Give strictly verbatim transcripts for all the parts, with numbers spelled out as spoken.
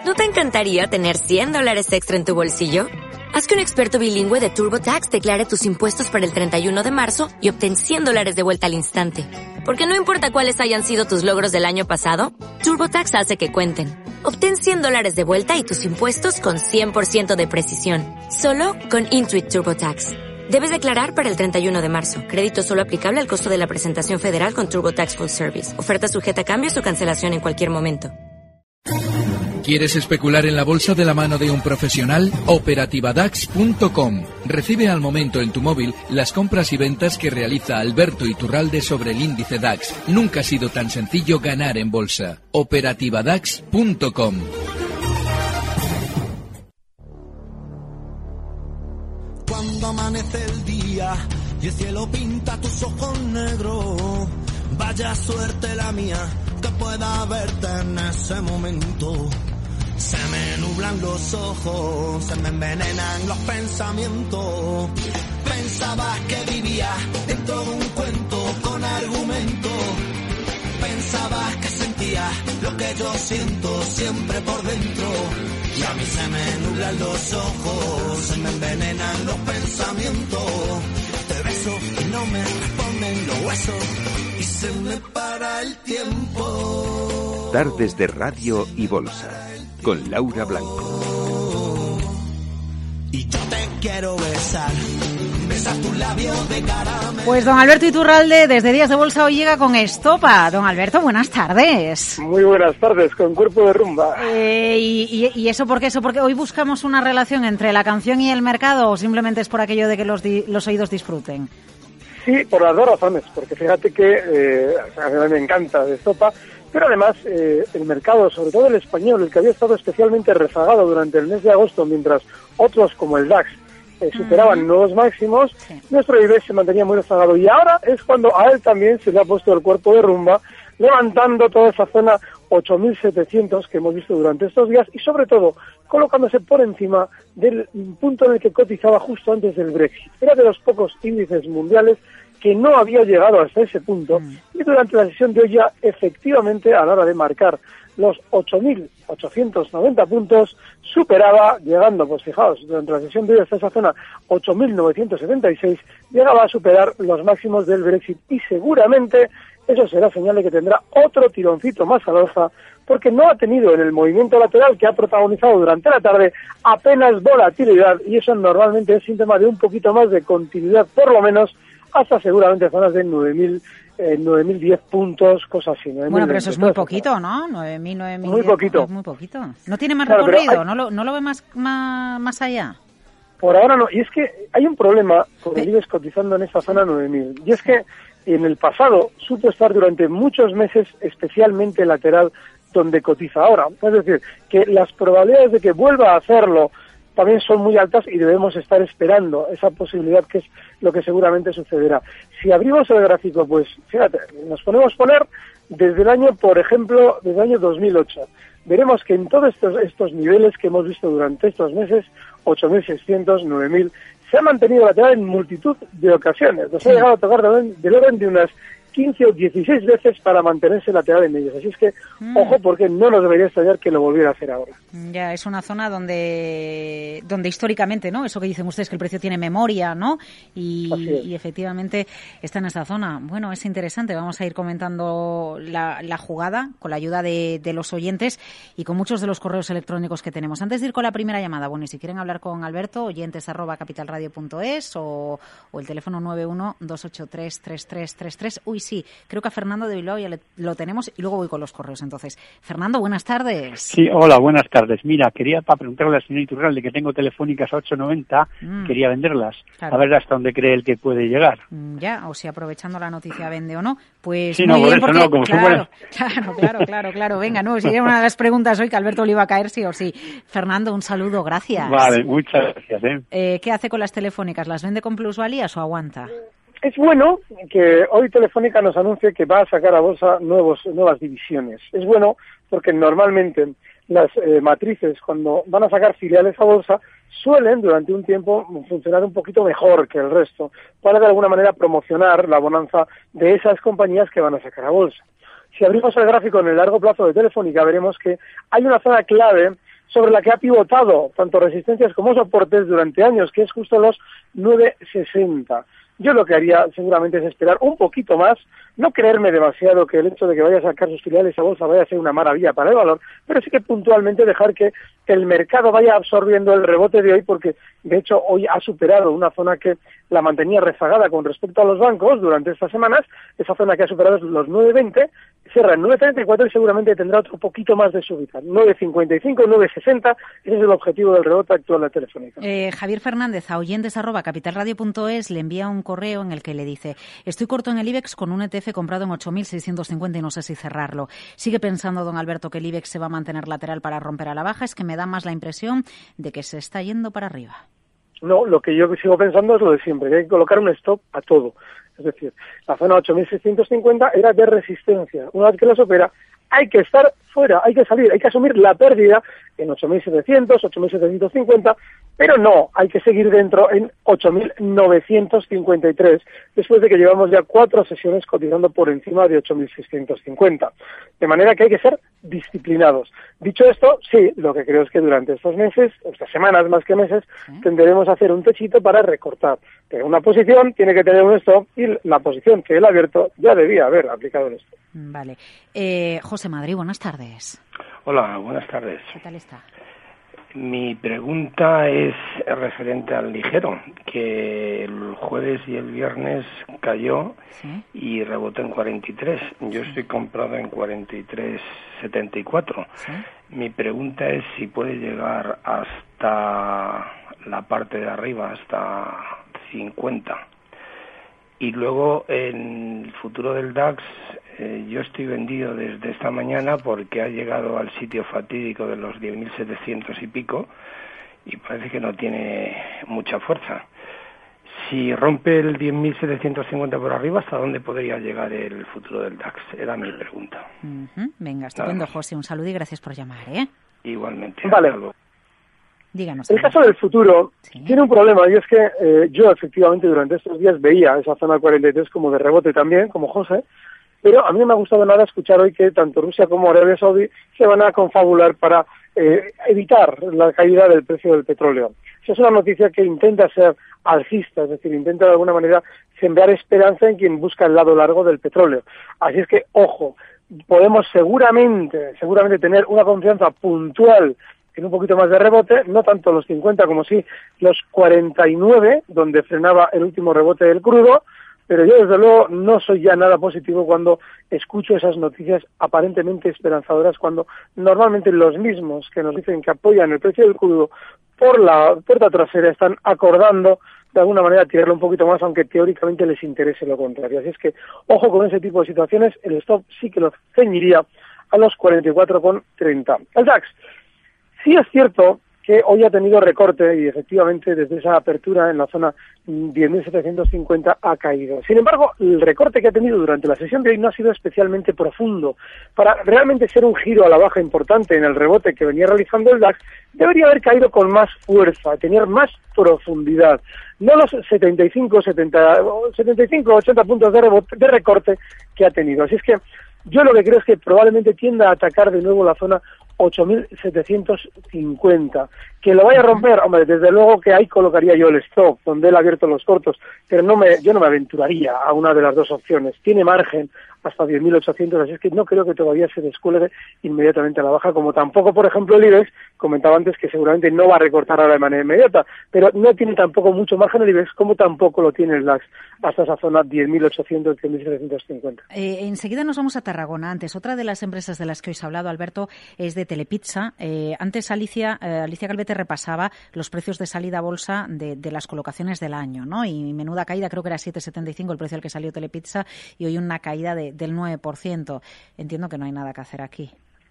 ¿No te encantaría tener cien dólares extra en tu bolsillo? Haz que un experto bilingüe de TurboTax declare tus impuestos para el treinta y uno de marzo y obtén cien dólares de vuelta al instante. Porque no importa cuáles hayan sido tus logros del año pasado, TurboTax hace que cuenten. Obtén cien dólares de vuelta y tus impuestos con cien por ciento de precisión. Solo con Intuit TurboTax. Debes declarar para el treinta y uno de marzo. Crédito solo aplicable al costo de la presentación federal con TurboTax Full Service. Oferta sujeta a cambios o cancelación en cualquier momento. ¿Quieres especular en la bolsa de la mano de un profesional? operativa dax punto com. Recibe al momento en tu móvil las compras y ventas que realiza Alberto Iturralde sobre el índice DAX. Nunca ha sido tan sencillo ganar en bolsa. operativa dax punto com. Cuando amanece el día y el cielo pinta tus ojos negros, vaya suerte la mía que pueda verte en ese momento. Se me nublan los ojos, se me envenenan los pensamientos. Pensabas que vivía dentro de un cuento con argumento. Pensabas que sentía lo que yo siento siempre por dentro. Y a mí se me nublan los ojos, se me envenenan los pensamientos. Te beso y no me responden los huesos y se me para el tiempo. Tardes de Radio y Bolsa con Laura Blanco. Y yo te quiero besar, besar tus labios de caramelo. Pues don Alberto Iturralde, desde Días de Bolsa, hoy llega con Estopa. Don Alberto, buenas tardes. Muy buenas tardes, con Cuerpo de Rumba. Eh, y, y, ¿Y eso por qué? ¿Eso porque hoy buscamos una relación entre la canción y el mercado o simplemente es por aquello de que los, di, los oídos disfruten? Sí, por las dos razones, porque fíjate que eh, a mí me encanta de Estopa, pero además eh, el mercado, sobre todo el español, el que había estado especialmente rezagado durante el mes de agosto, mientras otros como el DAX eh, superaban uh-huh. nuevos máximos, sí. nuestro I B E X se mantenía muy rezagado y ahora es cuando a él también se le ha puesto el cuerpo de rumba, levantando toda esa zona ocho mil setecientos que hemos visto durante estos días y sobre todo colocándose por encima del punto en el que cotizaba justo antes del Brexit. Era de los pocos índices mundiales que no había llegado hasta ese punto mm. y durante la sesión de hoy ya efectivamente a la hora de marcar los ocho mil ochocientos noventa puntos superaba, llegando, pues fijaos, durante la sesión de hoy hasta esa zona ocho mil novecientos setenta y seis, llegaba a superar los máximos del Brexit y seguramente eso será señal de que tendrá otro tironcito más al alza porque no ha tenido en el movimiento lateral que ha protagonizado durante la tarde apenas volatilidad y eso normalmente es síntoma de un poquito más de continuidad, por lo menos hasta seguramente zonas de nueve mil, eh, nueve mil diez puntos, cosas así. Bueno, pero eso es muy poquito, ¿no? nueve mil, nueve mil. Muy poquito. Es muy poquito. ¿No tiene más claro, recorrido? Hay... ¿No lo, no lo ve más, más, más allá? Por ahora no. Y es que hay un problema con el I B E X cotizando en esta zona nueve mil. Y es que en el pasado supo estar durante muchos meses especialmente lateral donde cotiza ahora. Es decir, que las probabilidades de que vuelva a hacerlo también son muy altas y debemos estar esperando esa posibilidad que es lo que seguramente sucederá. Si abrimos el gráfico, pues fíjate, nos ponemos a poner desde el año, por ejemplo, desde el año dos mil ocho. Veremos que en todos estos, estos niveles que hemos visto durante estos meses, ocho mil seiscientos, nueve mil, se ha mantenido lateral en multitud de ocasiones. Nos ha llegado a tocar del, del orden de unas quince o dieciséis veces para mantenerse lateral en ellos. Así es que, mm. ojo, porque no nos debería extrañar que lo volviera a hacer ahora. Ya, es una zona donde donde históricamente, ¿no? Eso que dicen ustedes, que el precio tiene memoria, ¿no? Y, y efectivamente está en esta zona. Bueno, es interesante. Vamos a ir comentando la, la jugada con la ayuda de, de los oyentes y con muchos de los correos electrónicos que tenemos. Antes de ir con la primera llamada, bueno, y si quieren hablar con Alberto, oyentes arroba capitalradio punto es o, o el teléfono nueve uno dos ocho tres tres tres tres tres. Uy, sí, creo que a Fernando de Bilbao ya le, lo tenemos y luego voy con los correos. Entonces, Fernando, buenas tardes. Sí, hola, buenas tardes. Mira, quería para preguntarle al señor Iturralde que tengo telefónicas a ocho noventa, mm. quería venderlas, claro. A ver hasta dónde cree él que puede llegar. Mm, ya, o si aprovechando la noticia vende o no, pues sí, muy no, bien, por eso porque, no, como claro, claro, claro, claro, claro, venga, no, si era una de las preguntas hoy que Alberto le iba a caer sí o sí. Fernando, un saludo, gracias. Vale, muchas gracias. ¿eh? Eh, ¿Qué hace con las telefónicas? ¿Las vende con plusvalías o aguanta? Es bueno que hoy Telefónica nos anuncie que va a sacar a bolsa nuevos, nuevas divisiones. Es bueno porque normalmente las eh, matrices, cuando van a sacar filiales a bolsa, suelen durante un tiempo funcionar un poquito mejor que el resto, para de alguna manera promocionar la bonanza de esas compañías que van a sacar a bolsa. Si abrimos el gráfico en el largo plazo de Telefónica, veremos que hay una zona clave sobre la que ha pivotado tanto resistencias como soportes durante años, que es justo los nueve sesenta. Yo lo que haría seguramente es esperar un poquito más, no creerme demasiado que el hecho de que vaya a sacar sus filiales a bolsa vaya a ser una maravilla para el valor, pero sí que puntualmente dejar que el mercado vaya absorbiendo el rebote de hoy, porque de hecho hoy ha superado una zona que la mantenía rezagada con respecto a los bancos durante estas semanas. Esa zona que ha superado es los nueve veinte, cierra en nueve treinta y cuatro y seguramente tendrá otro poquito más de subida, nueve cincuenta y cinco, nueve sesenta, ese es el objetivo del rebote actual de Telefónica. Eh, Javier Fernández, a oyentes arroba capitalradio punto es, le envía un correo en el que le dice: estoy corto en el IBEX con un E T F comprado en ocho mil seiscientos cincuenta y no sé si cerrarlo. ¿Sigue pensando don Alberto que el IBEX se va a mantener lateral para romper a la baja? Es que me da más la impresión de que se está yendo para arriba. No, lo que yo sigo pensando es lo de siempre, que hay que colocar un stop a todo. Es decir, la zona ocho mil seiscientos cincuenta era de resistencia. Una vez que la supera, hay que estar fuera, hay que salir, hay que asumir la pérdida en ocho mil setecientos, ocho mil setecientos cincuenta, pero no, hay que seguir dentro en ocho mil novecientos cincuenta y tres, después de que llevamos ya cuatro sesiones cotizando por encima de ocho mil seiscientos cincuenta. De manera que hay que ser disciplinados. Dicho esto, sí, lo que creo es que durante estos meses, estas semanas más que meses, ¿sí?, tenderemos a hacer un techito para recortar. Pero una posición tiene que tener un stop y la posición que él ha abierto ya debía haber aplicado el stop. Vale. Eh, José Madrid, buenas tardes. Hola, buenas tardes. ¿Qué tal está? Mi pregunta es referente al ligero, que el jueves y el viernes cayó, ¿sí?, y rebotó en cuarenta y tres. Yo estoy comprado en cuarenta y tres setenta y cuatro. ¿Sí? Mi pregunta es si puede llegar hasta la parte de arriba, hasta cincuenta. Y luego en el futuro del DAX, eh, yo estoy vendido desde esta mañana porque ha llegado al sitio fatídico de los diez mil setecientos y pico y parece que no tiene mucha fuerza. Si rompe el diez mil setecientos cincuenta por arriba, ¿hasta dónde podría llegar el futuro del DAX? Era mi pregunta. Uh-huh. Venga, estupendo, José. Un saludo y gracias por llamar, ¿eh? Igualmente. Vale. Díganos. El caso del futuro, ¿sí?, tiene un problema, y es que eh, yo efectivamente durante estos días veía esa zona cuarenta y tres como de rebote también, como José, pero a mí no me ha gustado nada escuchar hoy que tanto Rusia como Arabia Saudí se van a confabular para eh, evitar la caída del precio del petróleo. Esa es una noticia que intenta ser alcista, es decir, intenta de alguna manera sembrar esperanza en quien busca el lado largo del petróleo. Así es que, ojo, podemos seguramente, seguramente tener una confianza puntual en un poquito más de rebote, no tanto los cincuenta como sí los cuarenta y nueve, donde frenaba el último rebote del crudo, pero yo desde luego no soy ya nada positivo cuando escucho esas noticias aparentemente esperanzadoras, cuando normalmente los mismos que nos dicen que apoyan el precio del crudo por la puerta trasera están acordando de alguna manera tirarlo un poquito más, aunque teóricamente les interese lo contrario. Así es que ojo con ese tipo de situaciones, el stop sí que lo ceñiría a los cuarenta y cuatro con treinta. El DAX, sí es cierto que hoy ha tenido recorte y efectivamente desde esa apertura en la zona diez mil setecientos cincuenta ha caído. Sin embargo, el recorte que ha tenido durante la sesión de hoy no ha sido especialmente profundo. Para realmente ser un giro a la baja importante en el rebote que venía realizando el DAX, debería haber caído con más fuerza, tener más profundidad. No los setenta y cinco, setenta, setenta y cinco, ochenta puntos de, rebote, de recorte que ha tenido. Así es que yo lo que creo es que probablemente tienda a atacar de nuevo la zona ocho mil setecientos cincuenta. Que lo vaya a romper, hombre, desde luego que ahí colocaría yo el stop, donde él ha abierto los cortos, pero no me, yo no me aventuraría a una de las dos opciones. Tiene margen hasta diez mil ochocientos, así es que no creo que todavía se descuelgue inmediatamente a la baja, como tampoco, por ejemplo, el IBEX, comentaba antes que seguramente no va a recortar ahora de manera inmediata, pero no tiene tampoco mucho margen el IBEX, como tampoco lo tiene el DAX, hasta esa zona diez mil ochocientos, diez mil setecientos cincuenta. Eh, enseguida nos vamos a Tarragona. Antes, otra de las empresas de las que hoy se ha hablado, Alberto, es de Telepizza. Eh, antes Alicia, eh, Alicia Calvete repasaba los precios de salida a bolsa de, de las colocaciones del año, ¿no? Y menuda caída, creo que era siete setenta y cinco el precio al que salió Telepizza y hoy una caída de, del nueve por ciento. Entiendo que no hay nada que hacer aquí.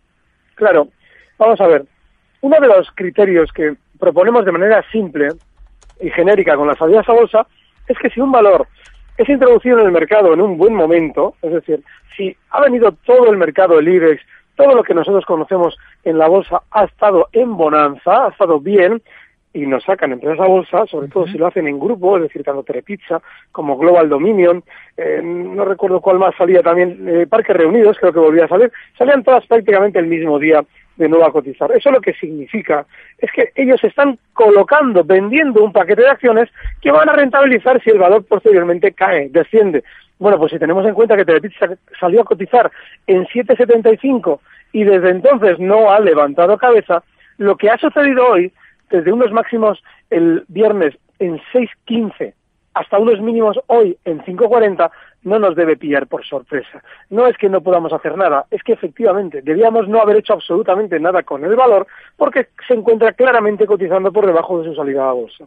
Claro. Vamos a ver. Uno de los criterios que proponemos de manera simple y genérica con las salidas a bolsa es que si un valor es introducido en el mercado en un buen momento, es decir, si ha venido todo el mercado, el IBEX, todo lo que nosotros conocemos en la bolsa ha estado en bonanza, ha estado bien, y nos sacan empresas a bolsa, sobre todo si lo hacen en grupo, es decir, tanto Telepizza como Global Dominion, eh, no recuerdo cuál más salía también, eh, Parques Reunidos, creo que volvía a salir, salían todas prácticamente el mismo día de nuevo a cotizar. Eso lo que significa es que ellos están colocando, vendiendo un paquete de acciones que van a rentabilizar si el valor posteriormente cae, desciende. Bueno, pues si tenemos en cuenta que Telepizza salió a cotizar en siete setenta y cinco y desde entonces no ha levantado cabeza, lo que ha sucedido hoy, desde unos máximos el viernes en seis quince hasta unos mínimos hoy en cinco cuarenta, no nos debe pillar por sorpresa. No es que no podamos hacer nada, es que efectivamente debíamos no haber hecho absolutamente nada con el valor porque se encuentra claramente cotizando por debajo de su salida a bolsa.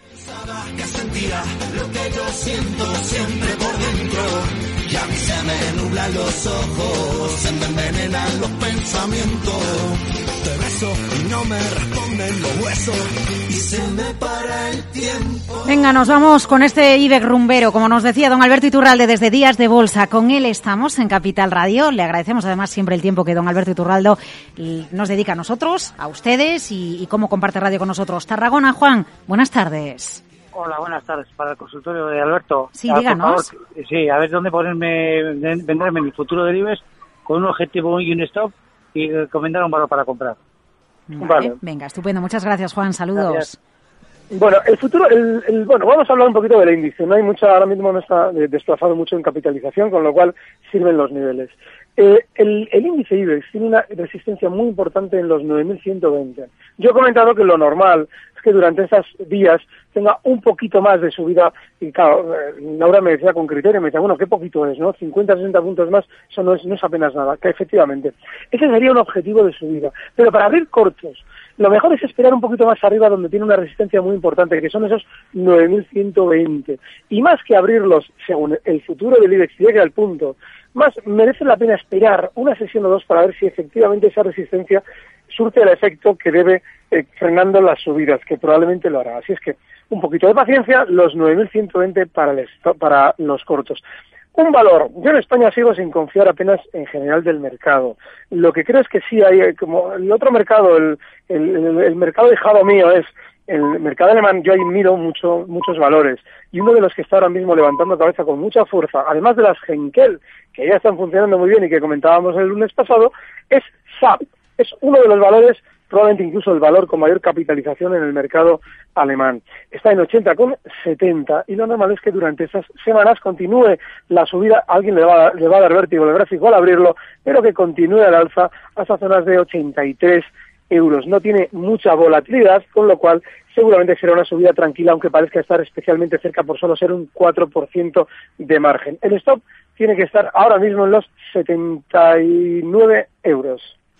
Que sentía lo que yo siento siempre por dentro, y a mí se me nublan los ojos, se me envenenan los pensamientos. Te beso y no me responden los huesos y se me para el tiempo. Venga, nos vamos con este IBEX rumbero, como nos decía don Alberto Iturralde desde Días de Bolsa. Con él estamos en Capital Radio. Le agradecemos además siempre el tiempo que don Alberto Iturralde nos dedica a nosotros, a ustedes y, y cómo comparte radio con nosotros. Tarragona, Juan, buenas tardes. Hola, buenas tardes. Para el consultorio de Alberto. Sí, ah, díganos. Por favor, sí, a ver dónde ponerme, venderme mi futuro de IBEX con un objetivo y un stop y recomendar un valor para comprar. Vale, vale. Venga, estupendo. Muchas gracias, Juan. Saludos. Gracias. Bueno, el futuro, el, el, bueno, vamos a hablar un poquito del índice. No hay mucha, ahora mismo no está desplazado mucho en capitalización, con lo cual sirven los niveles. Eh, el, el índice IBEX tiene una resistencia muy importante en los nueve mil ciento veinte. Yo he comentado que lo normal es que durante esos días tenga un poquito más de subida, y claro, Laura me decía con criterio, me decía, bueno, ¿qué poquito es, no? cincuenta, sesenta puntos más, eso no es, no es apenas nada, que efectivamente, ese sería un objetivo de subida. Pero para abrir cortos, lo mejor es esperar un poquito más arriba donde tiene una resistencia muy importante, que son esos nueve mil ciento veinte. Y más que abrirlos, según el futuro del IBEX llegue al punto, más merece la pena esperar una sesión o dos para ver si efectivamente esa resistencia surte el efecto que debe eh, frenando las subidas, que probablemente lo hará. Así es que un poquito de paciencia, los nueve mil ciento veinte para, el para los cortos. Un valor. Yo en España sigo sin confiar apenas en general del mercado. Lo que creo es que sí hay, como el otro mercado, el, el, el, el mercado hijado mío es el mercado alemán. Yo ahí miro mucho, muchos valores. Y uno de los que está ahora mismo levantando cabeza con mucha fuerza, además de las Henkel, que ya están funcionando muy bien y que comentábamos el lunes pasado, es S A P. Es uno de los valores, probablemente incluso el valor con mayor capitalización en el mercado alemán. Está en ochenta con setenta y lo normal es que durante esas semanas continúe la subida. A alguien le va, le va a dar vértigo el gráfico al abrirlo, pero que continúe al alza hasta zonas de ochenta y tres euros. No tiene mucha volatilidad, con lo cual seguramente será una subida tranquila, aunque parezca estar especialmente cerca por solo ser un cuatro por ciento de margen. El stop tiene que estar ahora mismo en los setenta y nueve euros.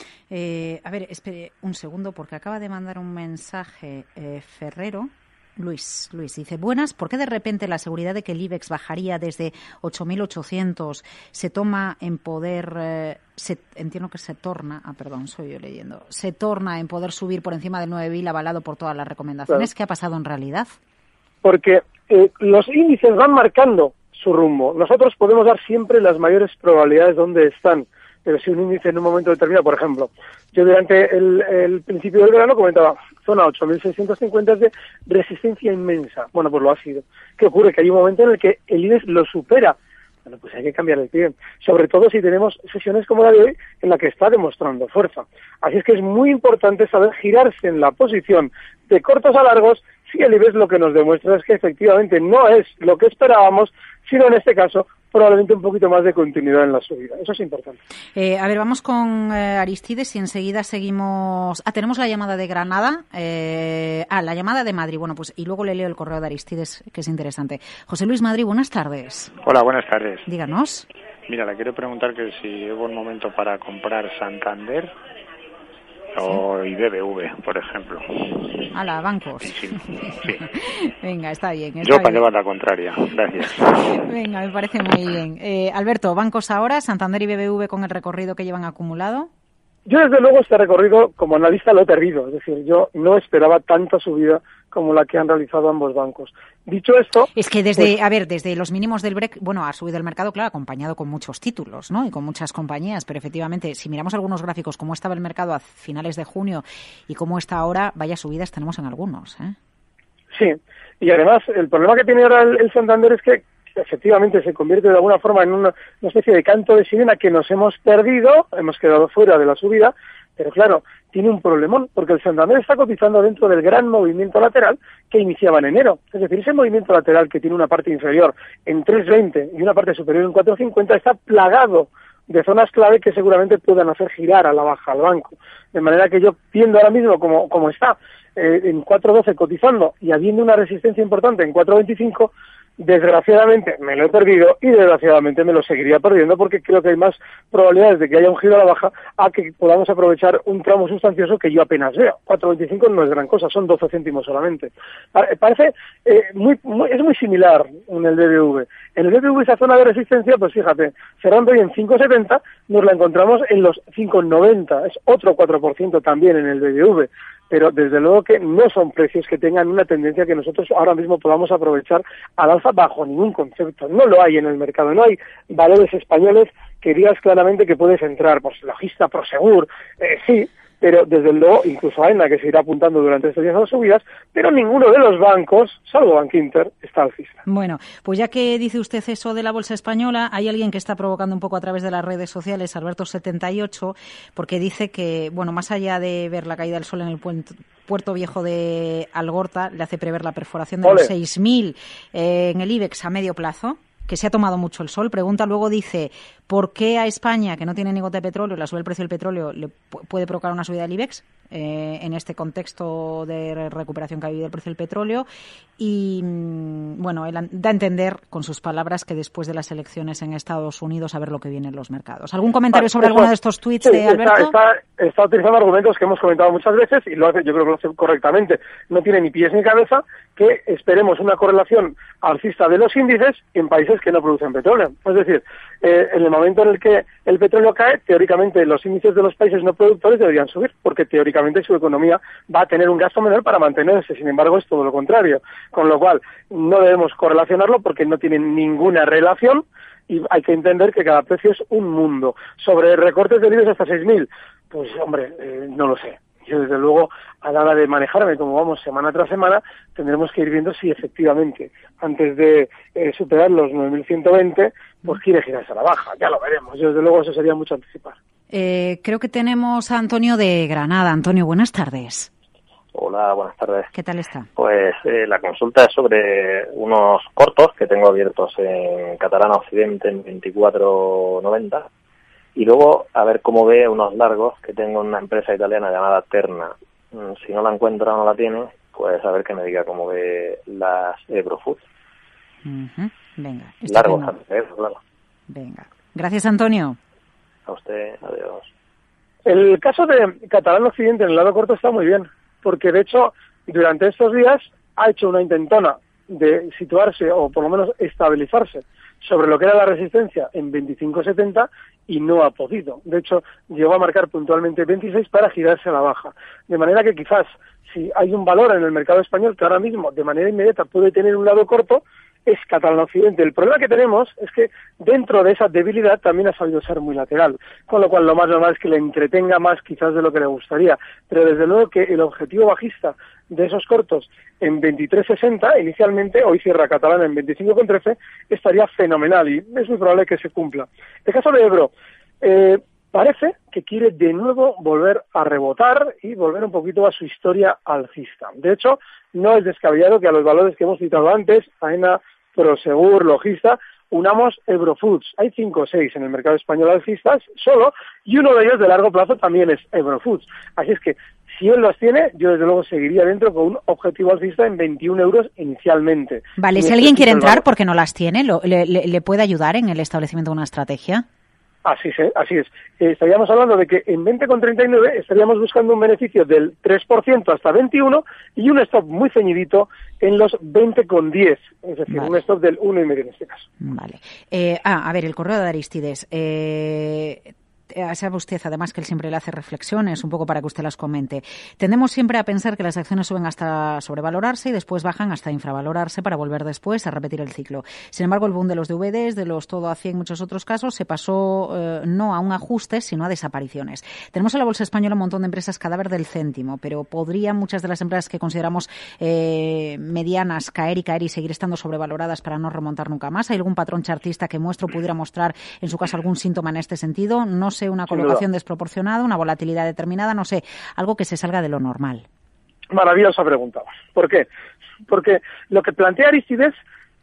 Eh, a ver, espere un segundo porque acaba de mandar un mensaje eh, Ferrero. Luis, Luis dice, buenas, ¿por qué de repente la seguridad de que el IBEX bajaría desde ocho mil ochocientos se toma en poder, eh, se, entiendo que se torna, ah, perdón, soy yo leyendo, se torna en poder subir por encima del nueve mil avalado por todas las recomendaciones? Claro. ¿Qué ha pasado en realidad? Porque eh, los índices van marcando su rumbo. Nosotros podemos dar siempre las mayores probabilidades donde están. Pero si un índice en un momento determinado, por ejemplo, yo durante el, el principio del verano comentaba, zona ocho mil seiscientos cincuenta es de resistencia inmensa. Bueno, pues lo ha sido. ¿Qué ocurre? Que hay un momento en el que el IBEX lo supera. Bueno, pues hay que cambiar el pie. Sobre todo si tenemos sesiones como la de hoy, en la que está demostrando fuerza. Así es que es muy importante saber girarse en la posición de cortos a largos si el IBEX lo que nos demuestra es que efectivamente no es lo que esperábamos, sino en este caso probablemente un poquito más de continuidad en la subida. Eso es importante. Eh, a ver, vamos con eh, Aristides y enseguida seguimos. Ah, tenemos la llamada de Granada. Eh, ah, la llamada de Madrid. Bueno, pues y luego le leo el correo de Aristides, que es interesante. José Luis Madrid, buenas tardes. Hola, buenas tardes. Díganos. Mira, le quiero preguntar que si es buen momento para comprar Santander o ¿sí? Y B B V, por ejemplo. Ala, bancos. Sí, sí. Venga, está bien. Está Yo bien. para llevar la contraria. Gracias. Venga, me parece muy bien. Eh, Alberto, bancos ahora, Santander y B B V con el recorrido que llevan acumulado. Yo, desde luego, este recorrido, como analista, lo he perdido. Es decir, yo no esperaba tanta subida como la que han realizado ambos bancos. Dicho esto... Es que desde, pues, a ver, desde los mínimos del Brexit, bueno, ha subido el mercado, claro, acompañado con muchos títulos, ¿no? Y con muchas compañías, pero efectivamente, si miramos algunos gráficos, cómo estaba el mercado a finales de junio y cómo está ahora, vaya subidas tenemos en algunos, ¿eh? Sí, y además, el problema que tiene ahora el, el Santander es que efectivamente se convierte de alguna forma en una, una especie de canto de sirena que nos hemos perdido, hemos quedado fuera de la subida, Pero claro, tiene un problemón, porque el Santander está cotizando dentro del gran movimiento lateral que iniciaba en enero. Es decir, ese movimiento lateral que tiene una parte inferior en tres veinte y una parte superior en cuatro cincuenta está plagado de zonas clave que seguramente puedan hacer girar a la baja al banco. De manera que yo tiendo ahora mismo, como, como está, eh, en cuatro doce cotizando y habiendo una resistencia importante en cuatro veinticinco, desgraciadamente me lo he perdido y desgraciadamente me lo seguiría perdiendo porque creo que hay más probabilidades de que haya un giro a la baja a que podamos aprovechar un tramo sustancioso que yo apenas veo. cuatro veinticinco no es gran cosa, son doce céntimos solamente. Parece eh, muy, muy es muy similar en el B B V. En el B B V esa zona de resistencia, pues fíjate, cerrando hoy en cinco setenta, nos la encontramos en los cinco noventa, es otro cuatro por ciento también en el B B V. Pero desde luego que no son precios que tengan una tendencia que nosotros ahora mismo podamos aprovechar al alza bajo ningún concepto. No lo hay en el mercado, no hay valores españoles que digas claramente que puedes entrar. Pues Logista, Prosegur, eh, sí, pero desde luego incluso AENA, que se irá apuntando durante estos días a las subidas, pero ninguno de los bancos, salvo Bankinter, está alcista. Bueno, pues ya que dice usted eso de la bolsa española, hay alguien que está provocando un poco a través de las redes sociales, Alberto setenta y ocho, porque dice que, bueno, más allá de ver la caída del sol en el puente, Puerto Viejo de Algorta, le hace prever la perforación de Ole. los seis mil eh, en el IBEX a medio plazo, que se ha tomado mucho el sol. Pregunta, luego dice, ¿por qué a España, que no tiene ni gota de petróleo, la subida del precio del petróleo le puede provocar una subida del IBEX eh, en este contexto de recuperación que ha vivido el precio del petróleo? Y, bueno, él da a entender, con sus palabras, que después de las elecciones en Estados Unidos a ver lo que viene en los mercados. ¿Algún comentario sobre alguno de estos tuits sí, de Alberto? Está, está, está utilizando argumentos que hemos comentado muchas veces y lo hace, yo creo que lo hace correctamente. No tiene ni pies ni cabeza que esperemos una correlación alcista de los índices en países que no producen petróleo. Es decir, eh, en el momento en el que el petróleo cae, teóricamente los índices de los países no productores deberían subir, porque teóricamente su economía va a tener un gasto menor para mantenerse. Sin embargo, es todo lo contrario. Con lo cual, no debemos correlacionarlo porque no tienen ninguna relación y hay que entender que cada precio es un mundo. Sobre recortes de IBEX hasta seis mil, pues hombre, eh, no lo sé. Yo, desde luego, a la hora de manejarme, como vamos semana tras semana, tendremos que ir viendo si efectivamente, antes de eh, superar los nueve mil ciento veinte, pues quiere girarse a la baja. Ya lo veremos. Yo, desde luego, eso sería mucho anticipar. Eh, creo que tenemos a Antonio de Granada. Antonio, buenas tardes. Hola, buenas tardes. ¿Qué tal está? Pues eh, la consulta es sobre unos cortos que tengo abiertos en Catalana Occidente en veinticuatro noventa. Y luego, a ver cómo ve unos largos que tengo en una empresa italiana llamada Terna. Si no la encuentra o no la tiene, pues a ver que me diga cómo ve las Ebrofoods. Uh-huh. Venga. Largos, claro. Venga. Gracias, Antonio. A usted, adiós. El caso de Catalana Occidente en el lado corto está muy bien, porque de hecho, durante estos días ha hecho una intentona de situarse o por lo menos estabilizarse sobre lo que era la resistencia en veinticinco setenta y no ha podido. De hecho, llegó a marcar puntualmente veintiséis para girarse a la baja. De manera que quizás, si hay un valor en el mercado español que ahora mismo de manera inmediata puede tener un lado corto, es Catalana Occidente. El problema que tenemos es que dentro de esa debilidad también ha sabido ser muy lateral, con lo cual lo más normal es que le entretenga más quizás de lo que le gustaría. Pero desde luego que el objetivo bajista de esos cortos en veintitrés sesenta, inicialmente, hoy cierra Catalana en veinticinco trece, estaría fenomenal y es muy probable que se cumpla. El caso de Ebro, eh, parece que quiere de nuevo volver a rebotar y volver un poquito a su historia alcista. De hecho, no es descabellado que a los valores que hemos citado antes, AENA, Prosegur, Logista, unamos Ebrofoods. Hay cinco o seis en el mercado español alcistas solo, y uno de ellos de largo plazo también es Ebrofoods. Así es que, si él los tiene, yo desde luego seguiría dentro con un objetivo alcista en veintiún euros inicialmente. Vale, si alguien quiere entrar porque no las tiene, ¿lo, le, le puede ayudar en el establecimiento de una estrategia? Así es, así es. Eh, estaríamos hablando de que en veinte treinta y nueve estaríamos buscando un beneficio del tres por ciento hasta veintiuno y un stop muy ceñidito en los veinte diez, es decir, vale. Un stop del uno coma cinco en este caso. Vale. Eh, ah, a ver, el correo de Aristides. Eh... Sabe usted, además, que él siempre le hace reflexiones, un poco para que usted las comente. Tendemos siempre a pensar que las acciones suben hasta sobrevalorarse y después bajan hasta infravalorarse para volver después a repetir el ciclo. Sin embargo, el boom de los D V Ds, de los todo a cien, en muchos otros casos, se pasó eh, no a un ajuste, sino a desapariciones. Tenemos en la bolsa española un montón de empresas cadáver del céntimo, pero ¿podrían muchas de las empresas que consideramos eh, medianas caer y caer y seguir estando sobrevaloradas para no remontar nunca más? ¿Hay algún patrón chartista que muestre o pudiera mostrar, en su caso, algún síntoma en este sentido? No sé, una colocación desproporcionada, una volatilidad determinada, no sé, algo que se salga de lo normal. Maravillosa pregunta. ¿Por qué? Porque lo que plantea Arístides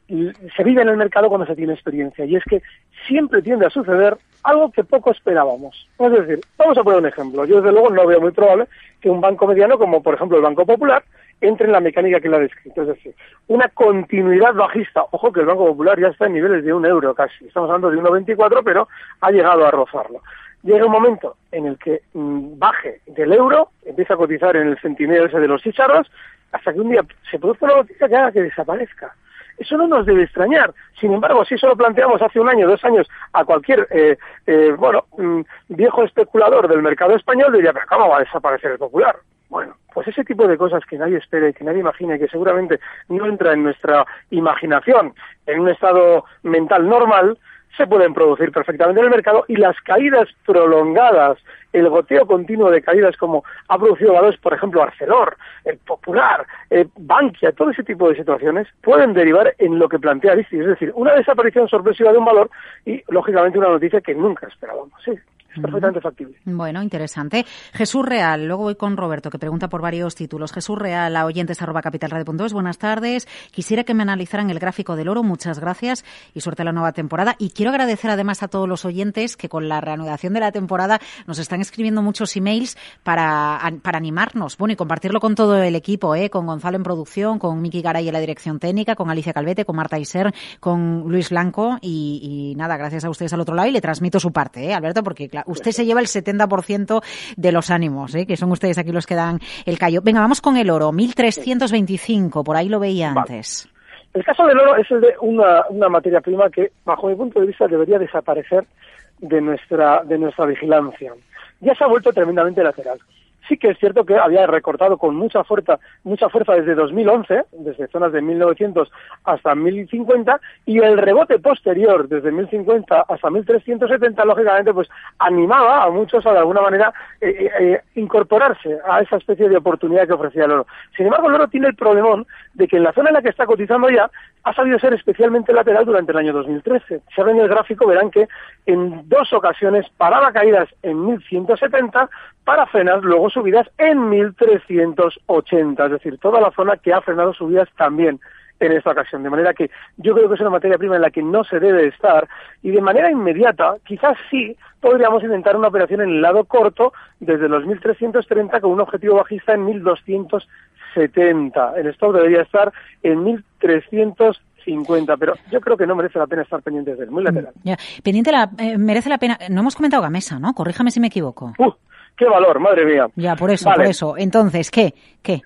se vive en el mercado cuando se tiene experiencia, y es que siempre tiende a suceder algo que poco esperábamos. Es decir, vamos a poner un ejemplo. Yo, desde luego, no veo muy probable que un banco mediano, como por ejemplo el Banco Popular, entre en la mecánica que le ha descrito. Es decir, una continuidad bajista. Ojo que el Banco Popular ya está en niveles de un euro casi. Estamos hablando de uno coma veinticuatro, pero ha llegado a rozarlo. Llega un momento en el que mmm, baje del euro, empieza a cotizar en el centineo ese de los chicharros, hasta que un día se produce una noticia que haga que desaparezca. Eso no nos debe extrañar. Sin embargo, si eso lo planteamos hace un año, dos años, a cualquier eh, eh, bueno mmm, viejo especulador del mercado español, diría, pero ¿cómo va a desaparecer el Popular? Bueno, pues ese tipo de cosas que nadie espera, que nadie imagina, y que seguramente no entra en nuestra imaginación en un estado mental normal, se pueden producir perfectamente en el mercado, y las caídas prolongadas, el goteo continuo de caídas como ha producido valores, por ejemplo, Arcelor, el Popular, eh, Bankia, todo ese tipo de situaciones pueden derivar en lo que plantea Arístides, es decir, una desaparición sorpresiva de un valor y, lógicamente, una noticia que nunca esperábamos. Sí. Es perfectamente factible. Bueno, interesante. Jesús Real, luego voy con Roberto, que pregunta por varios títulos. Jesús Real, a oyentes arroba capitalradio punto es. Buenas tardes. Quisiera que me analizaran el gráfico del oro. Muchas gracias y suerte a la nueva temporada. Y quiero agradecer además a todos los oyentes que con la reanudación de la temporada nos están escribiendo muchos emails para, para animarnos. Bueno, y compartirlo con todo el equipo, ¿eh? Con Gonzalo en producción, con Miki Garay en la dirección técnica, con Alicia Calvete, con Marta Iser, con Luis Blanco. Y, y nada, gracias a ustedes al otro lado, y le transmito su parte, ¿eh, Alberto? Porque claro, usted se lleva el setenta por ciento de los ánimos, ¿eh? Que son ustedes aquí los que dan el callo. Venga, vamos con el oro, mil trescientos veinticinco, por ahí lo veía antes. Vale. El caso del oro es el de una, una materia prima que, bajo mi punto de vista, debería desaparecer de nuestra, de nuestra vigilancia. Ya se ha vuelto tremendamente lateral. Sí que es cierto que había recortado con mucha fuerza, mucha fuerza desde dos mil once, desde zonas de mil novecientos hasta mil cincuenta, y el rebote posterior desde mil cincuenta hasta mil trescientos setenta, lógicamente, pues animaba a muchos a de alguna manera eh, eh, incorporarse a esa especie de oportunidad que ofrecía el oro. Sin embargo, el oro tiene el problemón de que en la zona en la que está cotizando ya ha sabido ser especialmente lateral durante el año dos mil trece. Si abren el gráfico verán que en dos ocasiones paraba caídas en mil ciento setenta para frenar luego subidas en mil trescientos ochenta, es decir, toda la zona que ha frenado subidas también en esta ocasión, de manera que yo creo que es una materia prima en la que no se debe estar, y de manera inmediata quizás sí podríamos intentar una operación en el lado corto desde los mil trescientos treinta con un objetivo bajista en mil doscientos setenta. El stop debería estar en mil trescientos cincuenta, pero yo creo que no merece la pena estar pendientes de él, muy lateral. Ya. Pendiente la, eh, merece la pena, no hemos comentado Gamesa, ¿no? Corríjame si me equivoco. Uh, ¡Qué valor, madre mía! Ya, por eso, vale. por eso. Entonces, ¿qué? ¿Qué?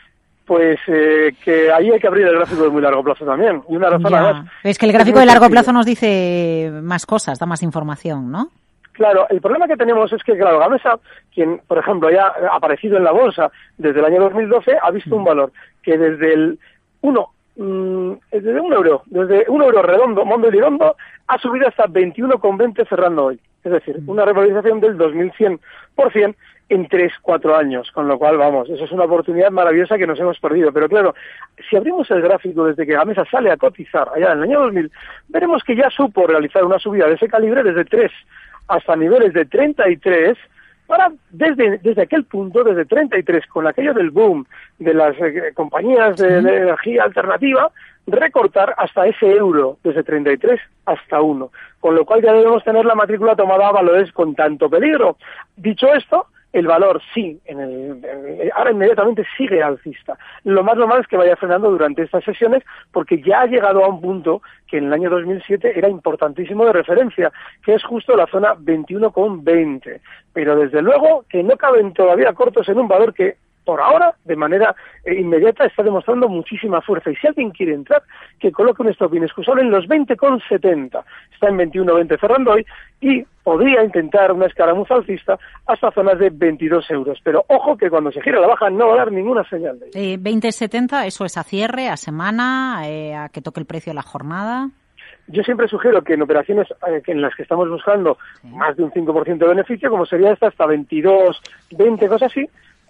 Pues eh, que ahí hay que abrir el gráfico de muy largo plazo también. Y una razón más. Es que el gráfico de largo plazo nos dice más cosas, da más información, ¿no? Claro, el problema que tenemos es que, claro, Gamesa, quien, por ejemplo, ya ha aparecido en la bolsa desde el año dos mil doce, ha visto un valor que desde el uno, mmm, desde un euro, desde un euro redondo, mondo y redondo, ha subido hasta veintiuno coma veinte cerrando hoy. Es decir, una revalorización del dos mil cien por ciento en tres, cuatro años, con lo cual, vamos, eso es una oportunidad maravillosa que nos hemos perdido. Pero claro, si abrimos el gráfico desde que Gamesa sale a cotizar allá en el año dos mil, veremos que ya supo realizar una subida de ese calibre desde tres hasta niveles de treinta y tres, para desde desde aquel punto, desde treinta y tres, con aquello del boom de las eh, compañías de, de energía alternativa, recortar hasta ese euro, desde treinta y tres hasta uno. Con lo cual ya debemos tener la matrícula tomada a valores con tanto peligro. Dicho esto, el valor sí, en el, en el, ahora inmediatamente sigue alcista. Lo más normal es que vaya frenando durante estas sesiones, porque ya ha llegado a un punto que en el año dos mil siete era importantísimo de referencia, que es justo la zona veintiuno coma veinte. Pero desde luego que no caben todavía cortos en un valor que por ahora, de manera eh, inmediata, está demostrando muchísima fuerza. Y si alguien quiere entrar, que coloque un stop inexcusable en los veinte coma setenta. Está en veintiuno coma veinte cerrando hoy, y podría intentar una escaramuza alcista hasta zonas de veintidós euros. Pero ojo que cuando se gira la baja no va a dar ninguna señal de ello. Eh, veinte setenta, ¿eso es a cierre, a semana, eh, a que toque el precio de la jornada? Yo siempre sugiero que en operaciones eh, en las que estamos buscando sí. más de un cinco por ciento de beneficio, como sería esta, hasta veintidós, veinte, cosas así,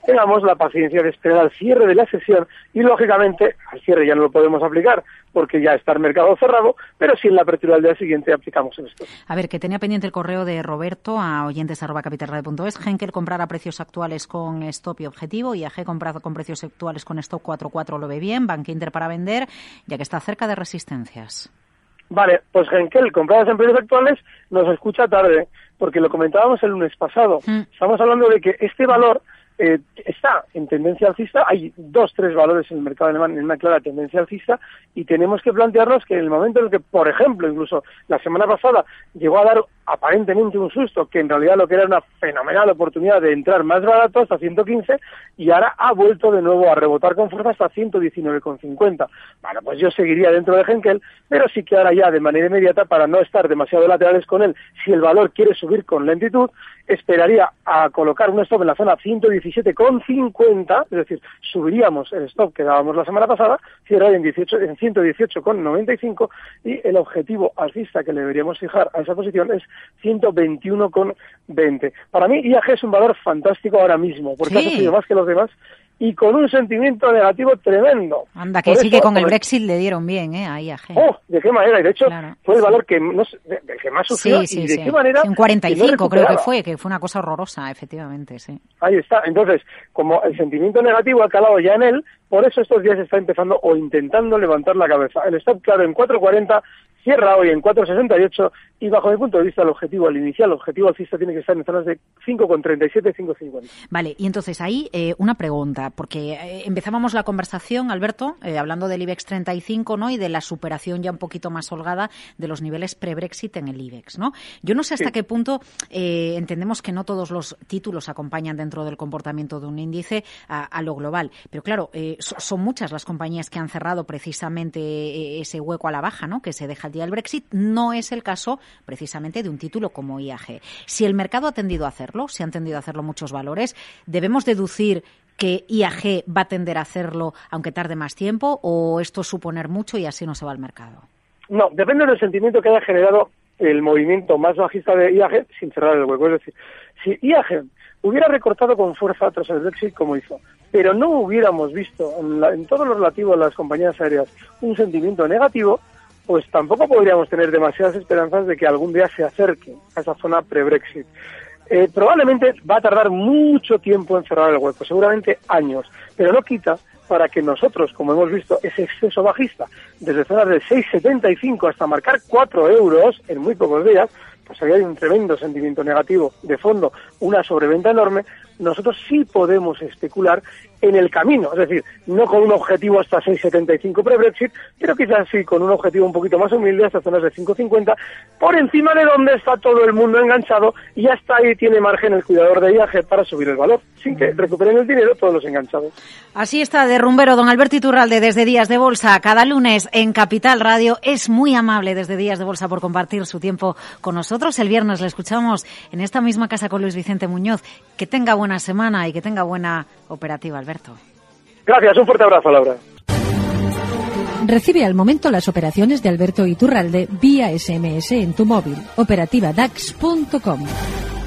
tengamos la paciencia de esperar al cierre de la sesión y, lógicamente, al cierre ya no lo podemos aplicar porque ya está el mercado cerrado, pero sí en la apertura del día siguiente aplicamos esto. A ver, que tenía pendiente el correo de Roberto a oyentes arroba capitalradio punto es. Henkel comprar a precios actuales con stop y objetivo, I A G comprado con precios actuales con stop cuatro cuatro lo ve bien, Bankinter para vender, ya que está cerca de resistencias. Vale, pues Henkel, compradas en precios actuales, nos escucha tarde, porque lo comentábamos el lunes pasado. Mm. Estamos hablando de que este valor eh, está en tendencia alcista. Hay dos, tres valores en el mercado alemán en una clara tendencia alcista y tenemos que plantearnos que en el momento en el que, por ejemplo, incluso la semana pasada llegó a dar aparentemente un susto, que en realidad lo que era una fenomenal oportunidad de entrar más barato hasta ciento quince y ahora ha vuelto de nuevo a rebotar con fuerza hasta ciento diecinueve con cincuenta. Bueno, pues yo seguiría dentro de Henkel, pero sí que ahora ya de manera inmediata, para no estar demasiado laterales con él, si el valor quiere subir con lentitud, esperaría a colocar un stop en la zona ciento diecisiete con cincuenta, es decir, subiríamos el stop que dábamos la semana pasada, cierraría en, dieciocho, en ciento dieciocho con noventa y cinco y el objetivo alcista que le deberíamos fijar a esa posición es ciento veintiuno con veinte. Para mí I A G es un valor fantástico ahora mismo, porque sí. ha sufrido más que los demás y con un sentimiento negativo tremendo. Anda, que Por sí eso, que con el Brexit le dieron bien, ¿eh? A I A G. Oh, ¿de qué manera? Y de hecho, claro, fue el valor que, no, de, de que más sufrió sí, sí, y de sí. qué manera... Un cuarenta y cinco no creo que fue, que fue una cosa horrorosa, efectivamente, sí. Ahí está. Entonces, como el sentimiento negativo ha calado ya en él, por eso estos días está empezando o intentando levantar la cabeza. El stop, claro, en cuatro cuarenta, cierra hoy en cuatro sesenta y ocho y bajo mi punto de vista el objetivo, el inicial, el objetivo alcista tiene que estar en zonas de cinco con treinta y siete, cinco cincuenta. Vale, y entonces ahí eh, una pregunta, porque eh, empezábamos la conversación, Alberto, eh, hablando del IBEX treinta y cinco, ¿no? Y de la superación ya un poquito más holgada de los niveles pre-Brexit en el IBEX, ¿no? Yo no sé hasta sí. qué punto eh, entendemos que no todos los títulos acompañan dentro del comportamiento de un índice a, a lo global, pero claro, eh, so, son muchas las compañías que han cerrado precisamente eh, ese hueco a la baja, ¿no? Que se deja el día del Brexit. No es el caso precisamente de un título como I A G. Si el mercado ha tendido a hacerlo, si han tendido a hacerlo muchos valores, ¿debemos deducir que I A G va a tender a hacerlo aunque tarde más tiempo o esto es suponer mucho y así no se va al mercado? No, depende del sentimiento que haya generado el movimiento más bajista de I A G sin cerrar el hueco. Es decir, si I A G hubiera recortado con fuerza tras el Brexit como hizo, pero no hubiéramos visto en, la, en todo lo relativo a las compañías aéreas un sentimiento negativo, pues tampoco podríamos tener demasiadas esperanzas de que algún día se acerque a esa zona pre-Brexit. Eh, probablemente va a tardar mucho tiempo en cerrar el hueco, seguramente años, pero no quita para que nosotros, como hemos visto, ese exceso bajista, desde zonas de seis setenta y cinco hasta marcar cuatro euros en muy pocos días, pues ahí hay un tremendo sentimiento negativo de fondo, una sobreventa enorme, nosotros sí podemos especular en el camino, es decir, no con un objetivo hasta seis setenta y cinco pre-Brexit, pero quizás sí con un objetivo un poquito más humilde hasta zonas de cinco cincuenta, por encima de donde está todo el mundo enganchado y hasta ahí tiene margen el cuidador de I A G para subir el valor, sin que recuperen el dinero todos los enganchados. Así está de rumbero don Alberto Iturralde desde Días de Bolsa, cada lunes en Capital Radio. Es muy amable desde Días de Bolsa por compartir su tiempo con nosotros. El viernes le escuchamos en esta misma casa con Luis Vicente Muñoz. Que tenga buena semana y que tenga buena operativa, Alberto. Gracias, un fuerte abrazo, Laura. Recibe al momento las operaciones de Alberto Iturralde vía ese eme ese en tu móvil. Operativa dax punto com.